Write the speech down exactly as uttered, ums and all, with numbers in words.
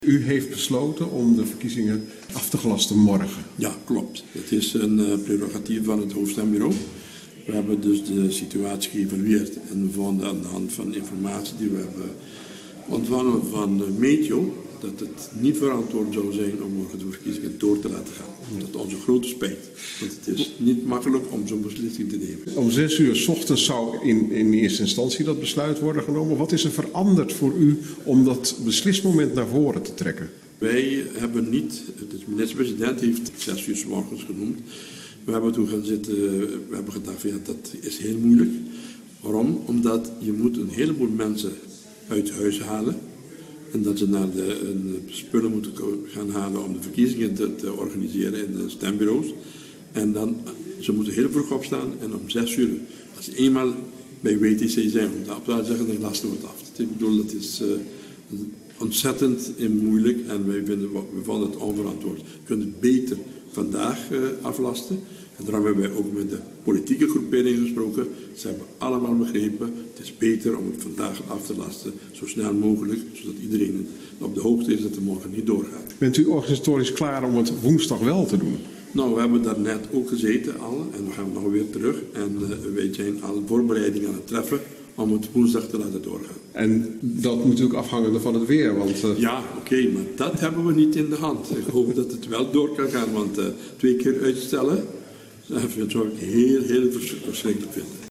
U heeft besloten om de verkiezingen af te gelasten morgen. Ja, klopt. Het is een uh, prerogatief van het hoofdstembureau. We hebben dus de situatie geëvalueerd en we vonden aan de hand van informatie die we hebben ontvangen van Meteo dat het niet verantwoord zou zijn om morgen de verkiezingen door te laten gaan. Dat is onze grote spijt. Want het is niet makkelijk om zo'n beslissing te nemen. Om zes uur 's ochtends zou in, in eerste instantie dat besluit worden genomen. Wat is er veranderd voor u om dat beslismoment naar voren te trekken? Wij hebben niet, de minister-president heeft zes uur 's morgens genoemd. We hebben toen gaan zitten, we hebben gedacht, ja, dat is heel moeilijk. Waarom? Omdat je moet een heleboel mensen uit huis halen. En dat ze naar de, de spullen moeten gaan halen om de verkiezingen te, te organiseren in de stembureaus. En dan, ze moeten heel vroeg opstaan en om zes uur, als ze eenmaal bij W T C zijn, om dat op te zeggen, dan lasten we het af. Ik bedoel, dat is uh, ontzettend moeilijk en wij vinden, we vonden het onverantwoord. We kunnen het beter vandaag uh, aflasten. En daarom hebben wij ook met de politieke groeperingen gesproken. Ze hebben allemaal begrepen, het is beter om het vandaag af te lasten, zo snel mogelijk, zodat iedereen op de hoogte is dat het morgen niet doorgaat. Bent u organisatorisch klaar om het woensdag wel te doen? Nou, we hebben daar net ook gezeten al en we gaan nog weer terug. En uh, wij zijn al voorbereidingen aan het treffen om het woensdag te laten doorgaan. En dat moet natuurlijk afhangen van het weer, want... Uh... Ja, oké, okay, maar dat hebben we niet in de hand. Ik hoop dat het wel door kan gaan, want uh, twee keer uitstellen, dat zou ik heel, heel verschrikkelijk vinden.